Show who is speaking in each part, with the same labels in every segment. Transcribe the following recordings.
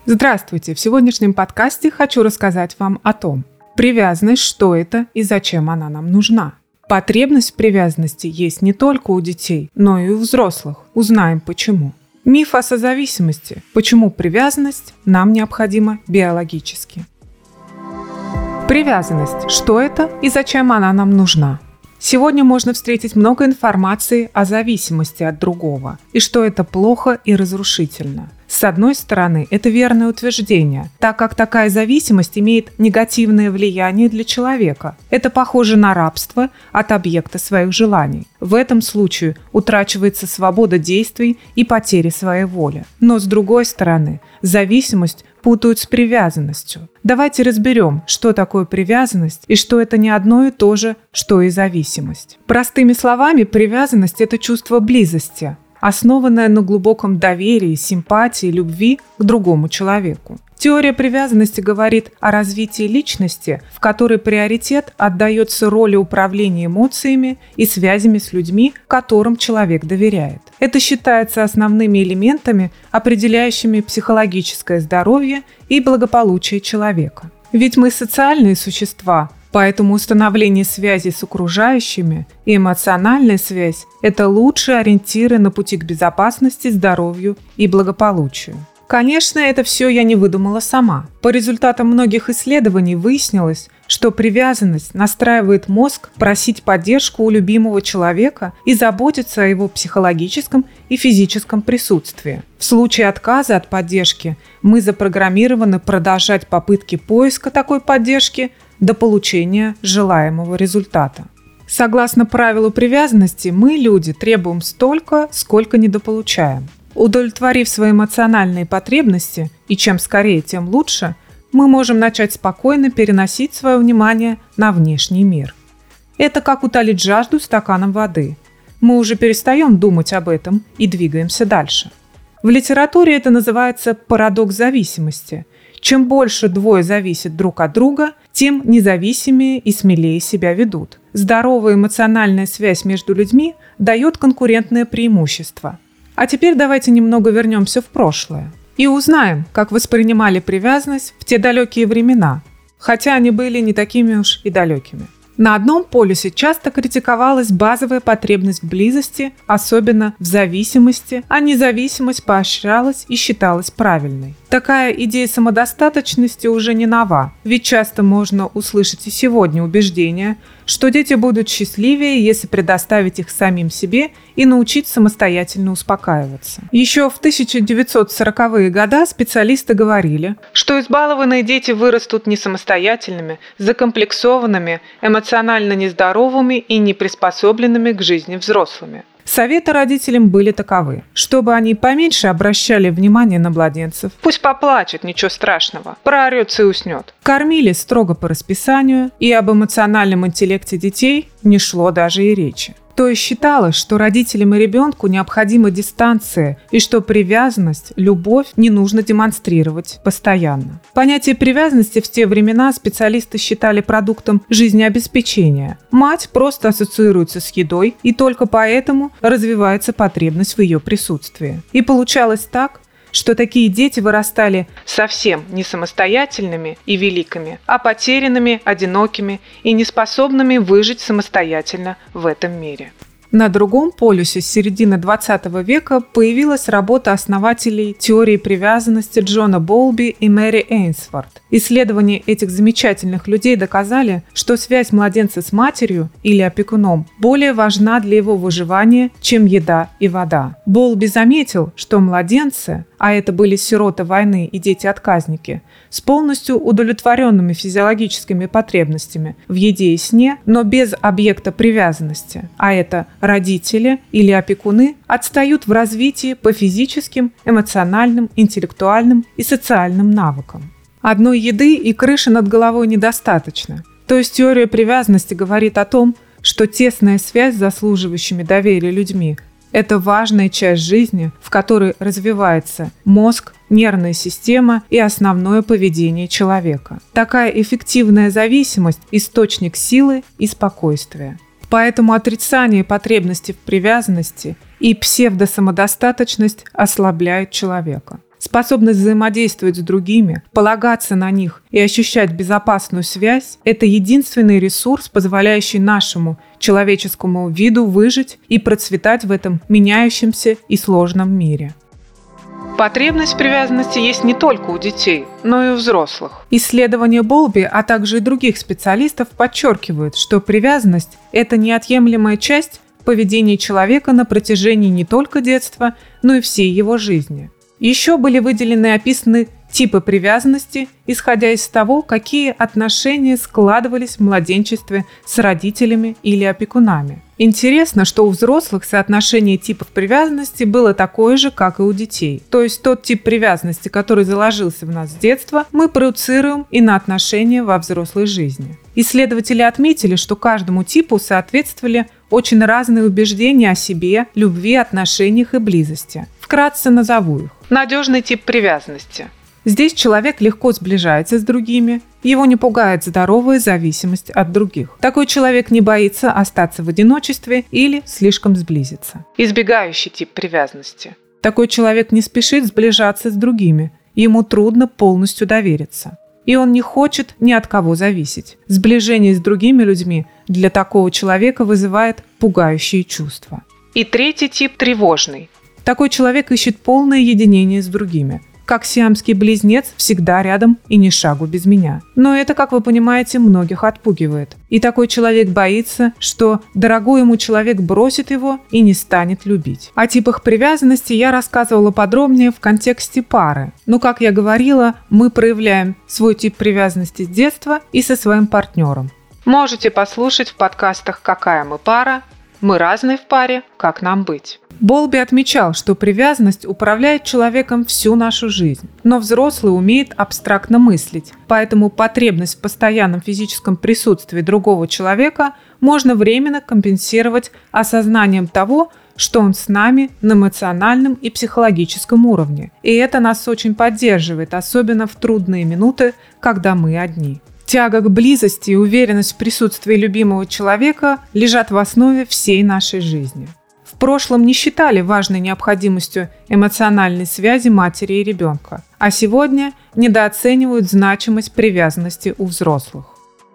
Speaker 1: Здравствуйте! В сегодняшнем подкасте хочу рассказать вам о том, привязанность, что это и зачем она нам нужна. Потребность в привязанности есть не только у детей, но и у взрослых. Узнаем почему. Миф о созависимости. Почему привязанность нам необходима биологически. Привязанность. Что это и зачем она нам нужна? Сегодня можно встретить много информации о зависимости от другого и что это плохо и разрушительно. С одной стороны, это верное утверждение, так как такая зависимость имеет негативное влияние для человека. Это похоже на рабство от объекта своих желаний. В этом случае утрачивается свобода действий и потеря своей воли. Но с другой стороны, зависимость путают с привязанностью. Давайте разберем, что такое привязанность и что это не одно и то же, что и зависимость. Простыми словами, привязанность – это чувство близости, основанная на глубоком доверии, симпатии, любви к другому человеку. Теория привязанности говорит о развитии личности, в которой приоритет отдается роли управления эмоциями и связями с людьми, которым человек доверяет. Это считается основными элементами, определяющими психологическое здоровье и благополучие человека. Ведь мы социальные существа, поэтому установление связи с окружающими и эмоциональная связь – это лучшие ориентиры на пути к безопасности, здоровью и благополучию. Конечно, это все я не выдумала сама. По результатам многих исследований выяснилось, что привязанность настраивает мозг просить поддержку у любимого человека и заботиться о его психологическом и физическом присутствии. В случае отказа от поддержки мы запрограммированы продолжать попытки поиска такой поддержки до получения желаемого результата. Согласно правилу привязанности, мы, люди, требуем столько, сколько недополучаем. Удовлетворив свои эмоциональные потребности, и чем скорее, тем лучше, мы можем начать спокойно переносить свое внимание на внешний мир. Это как утолить жажду стаканом воды. Мы уже перестаем думать об этом и двигаемся дальше. В литературе это называется парадокс зависимости. Чем больше двое зависят друг от друга, тем независимее и смелее себя ведут. Здоровая эмоциональная связь между людьми дает конкурентное преимущество. А теперь давайте немного вернемся в прошлое и узнаем, как воспринимали привязанность в те далекие времена, хотя они были не такими уж и далекими. На одном полюсе часто критиковалась базовая потребность в близости, особенно в зависимости, а независимость поощрялась и считалась правильной. Такая идея самодостаточности уже не нова, ведь часто можно услышать и сегодня убеждение, что дети будут счастливее, если предоставить их самим себе и научить самостоятельно успокаиваться. Еще в 1940-е годы специалисты говорили, что избалованные дети вырастут не самостоятельными, закомплексованными, эмоционально нездоровыми и неприспособленными к жизни взрослыми. Советы родителям были таковы, чтобы они поменьше обращали внимание на младенцев. Пусть поплачет, ничего страшного, проорется и уснет. Кормили строго по расписанию, и об эмоциональном интеллекте детей не шло даже и речи. То есть считалось, что родителям и ребенку необходима дистанция и что привязанность, любовь не нужно демонстрировать постоянно. Понятие привязанности в те времена специалисты считали продуктом жизнеобеспечения. Мать просто ассоциируется с едой, и только поэтому развивается потребность в ее присутствии. И получалось так, что такие дети вырастали совсем не самостоятельными и великими, а потерянными, одинокими и неспособными выжить самостоятельно в этом мире. На другом полюсе с середины XX века появилась работа основателей теории привязанности Джона Болби и Мэри Эйнсворт. Исследования этих замечательных людей доказали, что связь младенца с матерью или опекуном более важна для его выживания, чем еда и вода. Болби заметил, что младенцы, а это были сироты войны и дети-отказники, с полностью удовлетворенными физиологическими потребностями в еде и сне, но без объекта привязанности, а это родители или опекуны, отстают в развитии по физическим, эмоциональным, интеллектуальным и социальным навыкам. Одной еды и крыши над головой недостаточно. То есть теория привязанности говорит о том, что тесная связь с заслуживающими доверия людьми – это важная часть жизни, в которой развивается мозг, нервная система и основное поведение человека. Такая эффективная зависимость – источник силы и спокойствия. Поэтому отрицание потребности в привязанности и псевдосамодостаточность ослабляют человека. Способность взаимодействовать с другими, полагаться на них и ощущать безопасную связь – это единственный ресурс, позволяющий нашему человеческому виду выжить и процветать в этом меняющемся и сложном мире. Потребность в привязанности есть не только у детей, но и у взрослых. Исследования Болби, а также и других специалистов подчеркивают, что привязанность – это неотъемлемая часть поведения человека на протяжении не только детства, но и всей его жизни. Еще были выделены и описаны типы привязанности, исходя из того, какие отношения складывались в младенчестве с родителями или опекунами. Интересно, что у взрослых соотношение типов привязанности было такое же, как и у детей. То есть тот тип привязанности, который заложился в нас с детства, мы проецируем и на отношения во взрослой жизни. Исследователи отметили, что каждому типу соответствовали очень разные убеждения о себе, любви, отношениях и близости. Вкратце назову их. Надежный тип привязанности. Здесь человек легко сближается с другими, его не пугает здоровая зависимость от других. Такой человек не боится остаться в одиночестве или слишком сблизиться. Избегающий тип привязанности. Такой человек не спешит сближаться с другими, ему трудно полностью довериться. И он не хочет ни от кого зависеть. Сближение с другими людьми для такого человека вызывает пугающие чувства. И третий тип – тревожный. Такой человек ищет полное единение с другими. Как сиамский близнец, всегда рядом и ни шагу без меня. Но это, как вы понимаете, многих отпугивает. И такой человек боится, что дорогой ему человек бросит его и не станет любить. О типах привязанности я рассказывала подробнее в контексте пары. Но, как я говорила, мы проявляем свой тип привязанности с детства и со своим партнером. Можете послушать в подкастах «Какая мы пара», «Мы разные в паре. Как нам быть?». Болби отмечал, что привязанность управляет человеком всю нашу жизнь, но взрослый умеет абстрактно мыслить, поэтому потребность в постоянном физическом присутствии другого человека можно временно компенсировать осознанием того, что он с нами на эмоциональном и психологическом уровне. И это нас очень поддерживает, особенно в трудные минуты, когда мы одни. Тяга к близости и уверенность в присутствии любимого человека лежат в основе всей нашей жизни. В прошлом не считали важной необходимостью эмоциональной связи матери и ребенка, а сегодня недооценивают значимость привязанности у взрослых.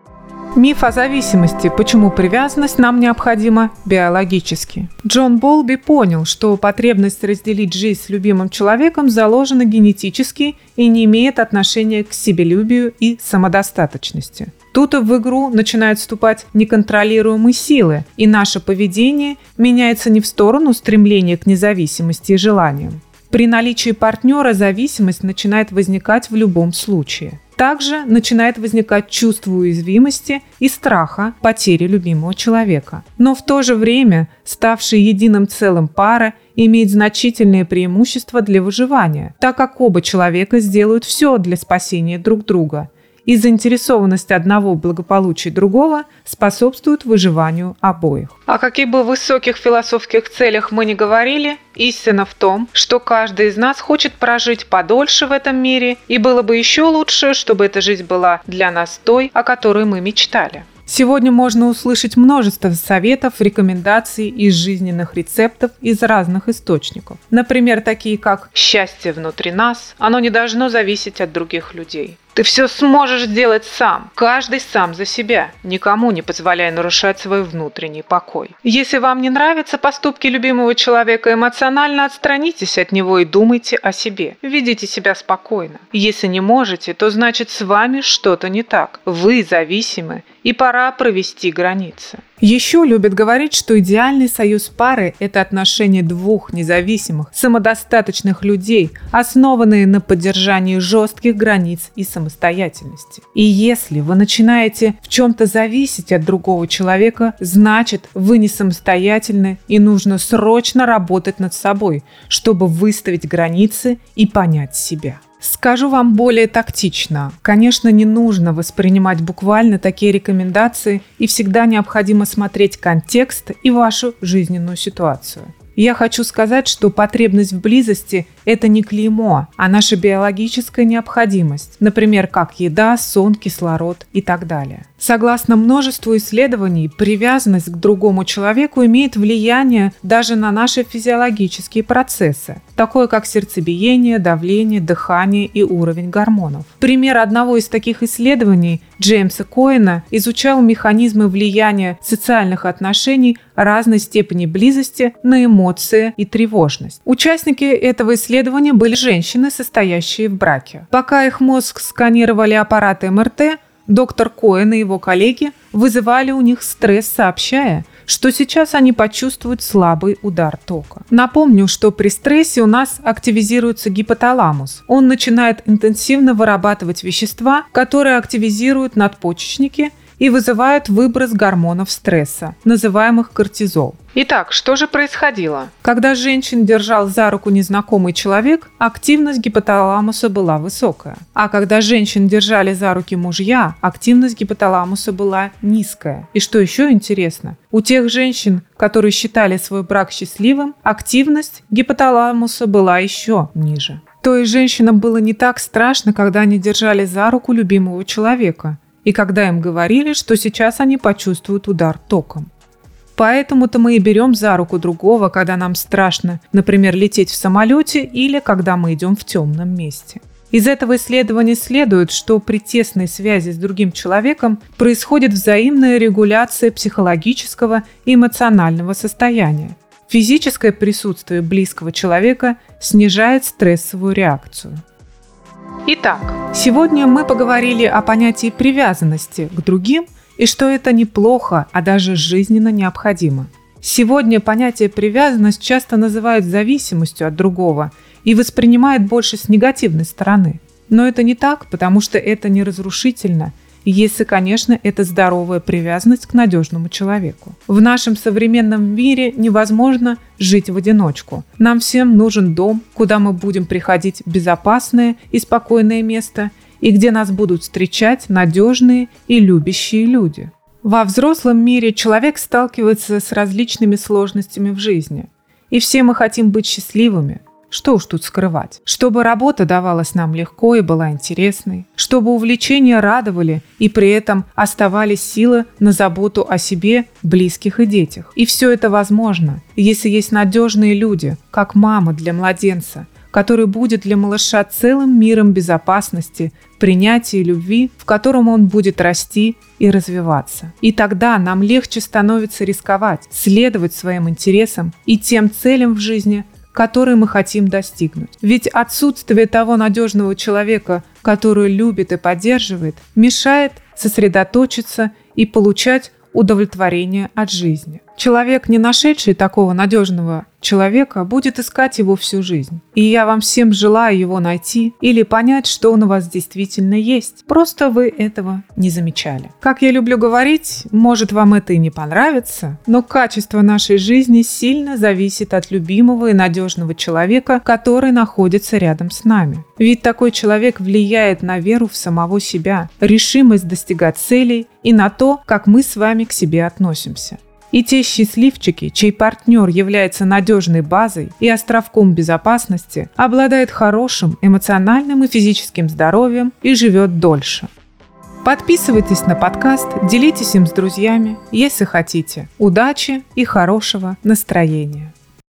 Speaker 1: Миф о зависимости. Почему привязанность нам необходима биологически? Джон Болби понял, что потребность разделить жизнь с любимым человеком заложена генетически и не имеет отношения к себелюбию и самодостаточности. Тут в игру начинают вступать неконтролируемые силы, и наше поведение меняется не в сторону стремления к независимости и желаниям. При наличии партнера зависимость начинает возникать в любом случае. Также начинает возникать чувство уязвимости и страха потери любимого человека. Но в то же время ставшая единым целым пара имеет значительные преимущества для выживания, так как оба человека сделают все для спасения друг друга. И заинтересованность одного в благополучии другого способствует выживанию обоих. О каких бы высоких философских целях мы ни говорили, истина в том, что каждый из нас хочет прожить подольше в этом мире, и было бы еще лучше, чтобы эта жизнь была для нас той, о которой мы мечтали. Сегодня можно услышать множество советов, рекомендаций из жизненных рецептов из разных источников. Например, такие как «Счастье внутри нас, оно не должно зависеть от других людей». Ты все сможешь сделать сам, каждый сам за себя, никому не позволяя нарушать свой внутренний покой. Если вам не нравятся поступки любимого человека, эмоционально отстранитесь от него и думайте о себе. Ведите себя спокойно. Если не можете, то значит с вами что-то не так. Вы зависимы, и пора провести границы. Еще любят говорить, что идеальный союз пары – это отношения двух независимых, самодостаточных людей, основанные на поддержании жестких границ и самостоятельности. И если вы начинаете в чем-то зависеть от другого человека, значит, вы не самостоятельны и нужно срочно работать над собой, чтобы выставить границы и понять себя. Скажу вам более тактично. Конечно, не нужно воспринимать буквально такие рекомендации, и всегда необходимо смотреть контекст и вашу жизненную ситуацию. Я хочу сказать, что потребность в близости – это не клеймо, а наша биологическая необходимость, например, как еда, сон, кислород и так далее. Согласно множеству исследований, привязанность к другому человеку имеет влияние даже на наши физиологические процессы, такое как сердцебиение, давление, дыхание и уровень гормонов. Пример одного из таких исследований Джеймса Коэна изучал механизмы влияния социальных отношений разной степени близости на эмоции и тревожность. Участники этого исследования были женщины, состоящие в браке. Пока их мозг сканировали аппараты МРТ, доктор Коэн и его коллеги вызывали у них стресс, сообщая, что сейчас они почувствуют слабый удар тока. Напомню, что при стрессе у нас активизируется гипоталамус. Он начинает интенсивно вырабатывать вещества, которые активизируют надпочечники и вызывают выброс гормонов стресса, называемых кортизол. Итак, что же происходило? Когда женщин держал за руку незнакомый человек, активность гипоталамуса была высокая. А когда женщин держали за руки мужья, активность гипоталамуса была низкая. И что еще интересно, у тех женщин, которые считали свой брак счастливым, активность гипоталамуса была еще ниже. То есть женщинам было не так страшно, когда они держали за руку любимого человека, и когда им говорили, что сейчас они почувствуют удар током. Поэтому-то мы и берем за руку другого, когда нам страшно, например, лететь в самолете или когда мы идем в темном месте. Из этого исследования следует, что при тесной связи с другим человеком происходит взаимная регуляция психологического и эмоционального состояния. Физическое присутствие близкого человека снижает стрессовую реакцию. Итак, сегодня мы поговорили о понятии привязанности к другим и что это неплохо, а даже жизненно необходимо. Сегодня понятие привязанность часто называют зависимостью от другого и воспринимают больше с негативной стороны. Но это не так, потому что это не разрушительно, если, конечно, это здоровая привязанность к надежному человеку. В нашем современном мире невозможно жить в одиночку. Нам всем нужен дом, куда мы будем приходить в безопасное и спокойное место, и где нас будут встречать надежные и любящие люди. Во взрослом мире человек сталкивается с различными сложностями в жизни. И все мы хотим быть счастливыми. Что уж тут скрывать. Чтобы работа давалась нам легко и была интересной. Чтобы увлечения радовали и при этом оставались силы на заботу о себе, близких и детях. И все это возможно, если есть надежные люди, как мама для младенца, который будет для малыша целым миром безопасности, принятия и любви, в котором он будет расти и развиваться. И тогда нам легче становится рисковать, следовать своим интересам и тем целям в жизни, которые мы хотим достигнуть. Ведь отсутствие того надежного человека, который любит и поддерживает, мешает сосредоточиться и получать удовлетворение от жизни. Человек, не нашедший такого надежного человека, будет искать его всю жизнь. И я вам всем желаю его найти или понять, что он у вас действительно есть. Просто вы этого не замечали. Как я люблю говорить, может вам это и не понравится, но качество нашей жизни сильно зависит от любимого и надежного человека, который находится рядом с нами. Ведь такой человек влияет на веру в самого себя, решимость достигать целей и на то, как мы с вами к себе относимся. И те счастливчики, чей партнер является надежной базой и островком безопасности, обладает хорошим эмоциональным и физическим здоровьем и живет дольше. Подписывайтесь на подкаст, делитесь им с друзьями, если хотите. Удачи и хорошего настроения!